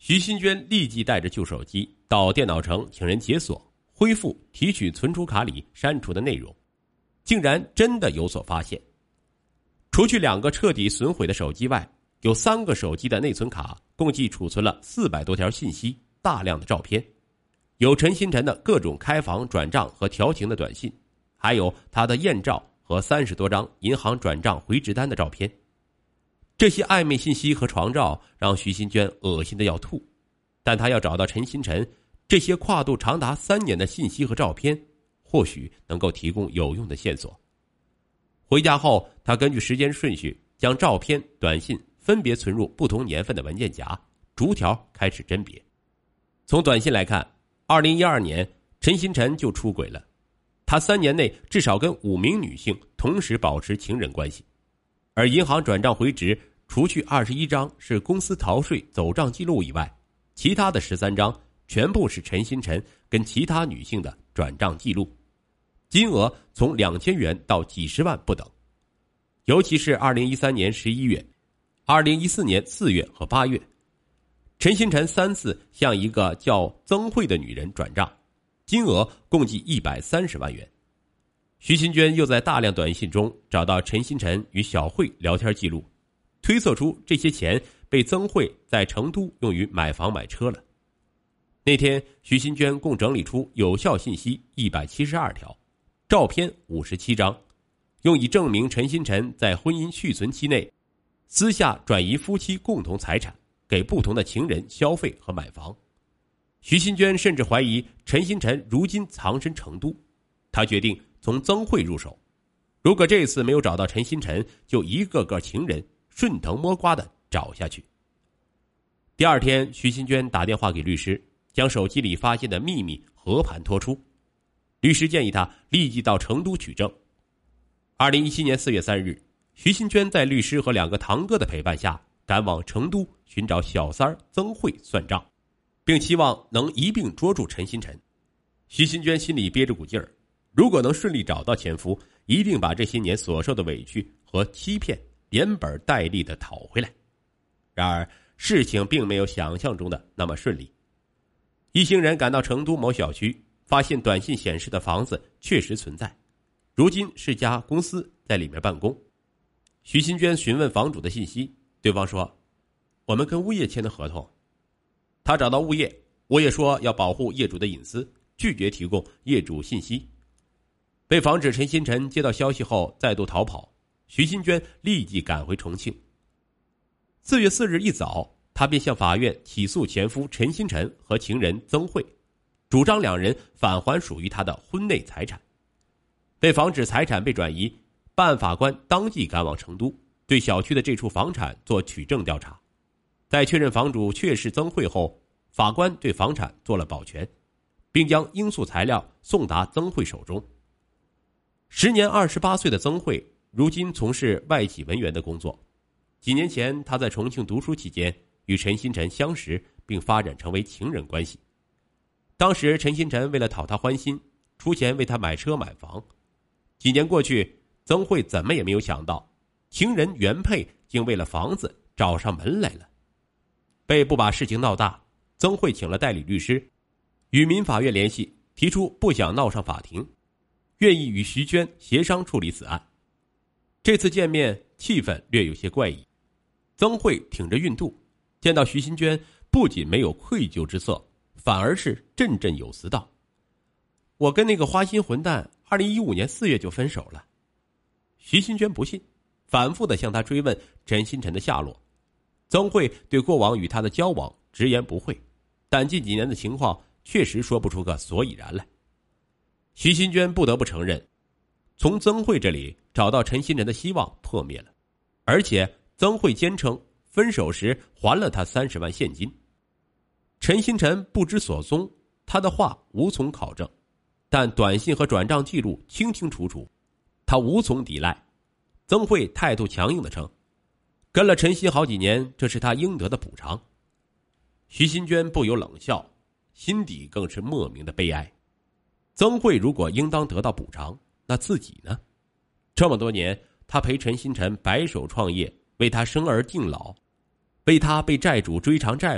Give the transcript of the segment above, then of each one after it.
徐新娟立即带着旧手机到电脑城请人解锁，恢复提取存储卡里删除的内容，竟然真的有所发现。除去2个彻底损毁的手机外，有3个手机的内存卡共计储存了400多条信息，大量的照片，有陈新晨的各种开房、转账和调情的短信，还有他的艳照和30多张银行转账回执单的照片。这些暧昧信息和床照让徐新娟恶心的要吐，但她要找到陈新晨这些跨度长达3年的信息和照片，或许能够提供有用的线索。回家后，她根据时间顺序将照片、短信分别存入不同年份的文件夹，逐条开始甄别。从短信来看，2012年陈新晨就出轨了，他3年内至少跟5名女性同时保持情人关系，而银行转账回执除去21张是公司逃税走账记录以外，其他的13张全部是陈新晨跟其他女性的转账记录，金额从2000元到几十万不等。尤其是2013年11月、2014年4月和8月，陈新晨3次向一个叫曾慧的女人转账，金额共计130万元。徐新娟又在大量短信中找到陈新晨与小慧聊天记录，推测出这些钱被曾慧在成都用于买房买车了。那天，徐新娟共整理出有效信息172条，照片57张，用以证明陈新晨在婚姻续存期内私下转移夫妻共同财产给不同的情人消费和买房。徐新娟甚至怀疑陈新晨如今藏身成都，她决定从曾慧入手，如果这次没有找到陈新晨，就一个个情人顺藤摸瓜地找下去。第二天，徐新娟打电话给律师，将手机里发现的秘密和盘托出。律师建议他立即到成都取证。2017年4月3日，徐新娟在律师和2个堂哥的陪伴下，赶往成都寻找小三曾慧算账，并期望能一并捉住陈新晨。徐新娟心里憋着股劲儿，如果能顺利找到前夫，一定把这些年所受的委屈和欺骗连本带利地讨回来。然而事情并没有想象中的那么顺利。一行人赶到成都某小区，发现短信显示的房子确实存在，如今是家公司在里面办公。徐新娟询问房主的信息，对方说我们跟物业签的合同。他找到物业，物业说要保护业主的隐私，拒绝提供业主信息。为防止陈新晨接到消息后再度逃跑，徐新娟立即赶回重庆。4月4日一早，她便向法院起诉前夫陈新晨和情人曾慧，主张2人返还属于她的婚内财产。为防止财产被转移，办案法官当即赶往成都，对小区的这处房产做取证调查。在确认房主确是曾慧后，法官对房产做了保全，并将应诉材料送达曾慧手中。时年28岁的曾慧如今从事外企文员的工作。几年前，他在重庆读书期间与陈新晨相识，并发展成为情人关系。当时陈新晨为了讨他欢心，出钱为他买车买房。几年过去，曾慧怎么也没有想到，情人原配竟为了房子找上门来了。为不把事情闹大，曾慧请了代理律师，与民法院联系，提出不想闹上法庭，愿意与徐娟协商处理此案。这次见面气氛略有些怪异，曾慧挺着孕肚，见到徐新娟不仅没有愧疚之色，反而是振振有词道：我跟那个花心混蛋2015年4月就分手了。徐新娟不信，反复地向他追问陈新晨的下落。曾慧对过往与他的交往直言不讳，但近几年的情况确实说不出个所以然来。徐新娟不得不承认，从曾慧这里找到陈新晨的希望破灭了，而且曾慧坚称分手时还了他30万现金。陈新晨不知所踪，他的话无从考证，但短信和转账记录清清楚楚，他无从抵赖。曾慧态度强硬地称，跟了陈新好几年，这是他应得的补偿。徐新娟不由冷笑，心底更是莫名的悲哀。曾慧如果应当得到补偿，那自己呢？这么多年，他陪陈新晨白手创业，为他生儿定老，为他被债主追偿债务，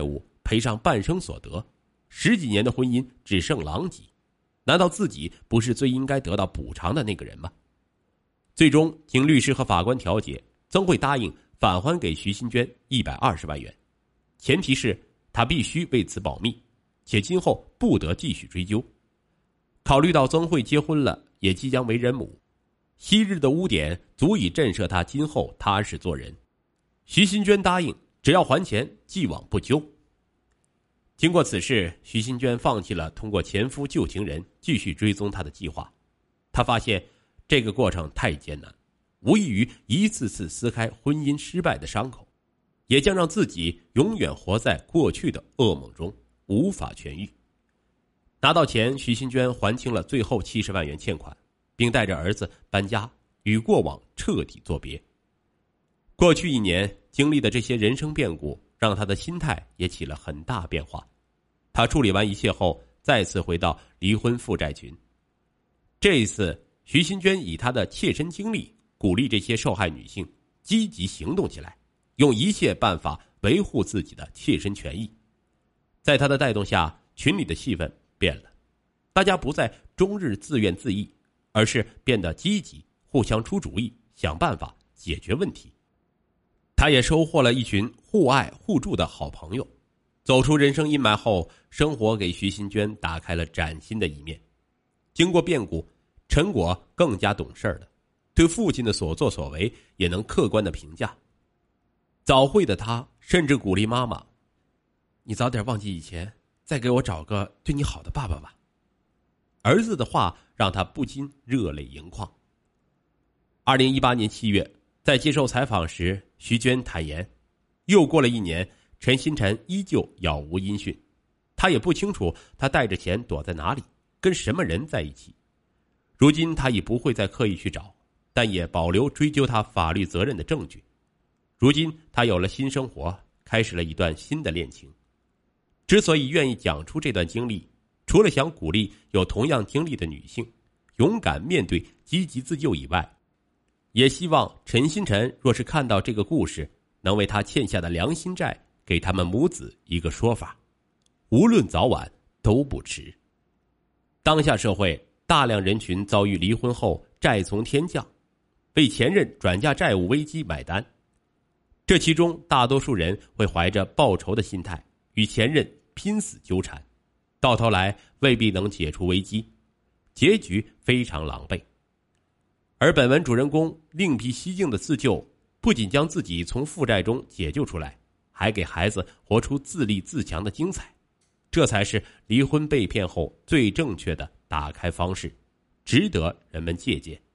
赔上半生所得，10几年的婚姻只剩狼藉，难道自己不是最应该得到补偿的那个人吗？最终经律师和法官调解，曾慧答应返还给徐新娟120万元，前提是他必须为此保密，且今后不得继续追究。考虑到曾慧结婚了，也即将为人母，昔日的污点足以震慑他今后踏实做人，徐新娟答应只要还钱，既往不咎。经过此事，徐新娟放弃了通过前夫旧情人继续追踪她的计划。她发现这个过程太艰难，无异于一次次撕开婚姻失败的伤口，也将让自己永远活在过去的噩梦中，无法痊愈。拿到钱，徐新娟还清了最后70万元欠款，并带着儿子搬家，与过往彻底作别。过去1年经历的这些人生变故，让她的心态也起了很大变化。她处理完一切后，再次回到离婚负债群。这一次，徐新娟以她的切身经历鼓励这些受害女性积极行动起来，用一切办法维护自己的切身权益。在她的带动下，群里的气氛变了，大家不再终日自怨自艾，而是变得积极，互相出主意，想办法解决问题。她也收获了一群互爱互助的好朋友。走出人生阴霾后，生活给徐新娟打开了崭新的一面。经过变故，陈果更加懂事了，对父亲的所作所为也能客观的评价。早慧的他甚至鼓励妈妈：“你早点忘记以前，再给我找个对你好的爸爸吧。”儿子的话让他不禁热泪盈眶。2018年7月，在接受采访时，徐娟坦言，又过了1年，陈新晨依旧杳无音讯，他也不清楚他带着钱躲在哪里，跟什么人在一起。如今他已不会再刻意去找，但也保留追究他法律责任的证据。如今他有了新生活，开始了一段新的恋情。之所以愿意讲出这段经历，除了想鼓励有同样经历的女性勇敢面对、积极自救以外，也希望陈新晨若是看到这个故事，能为他欠下的良心债给他们母子一个说法，无论早晚都不迟。当下社会大量人群遭遇离婚后债从天降，为前任转嫁债务危机买单。这其中大多数人会怀着报仇的心态与前任拼死纠缠，到头来未必能解除危机，结局非常狼狈。而本文主人公另辟蹊径的自救，不仅将自己从负债中解救出来，还给孩子活出自立自强的精彩。这才是离婚被骗后最正确的打开方式，值得人们借鉴。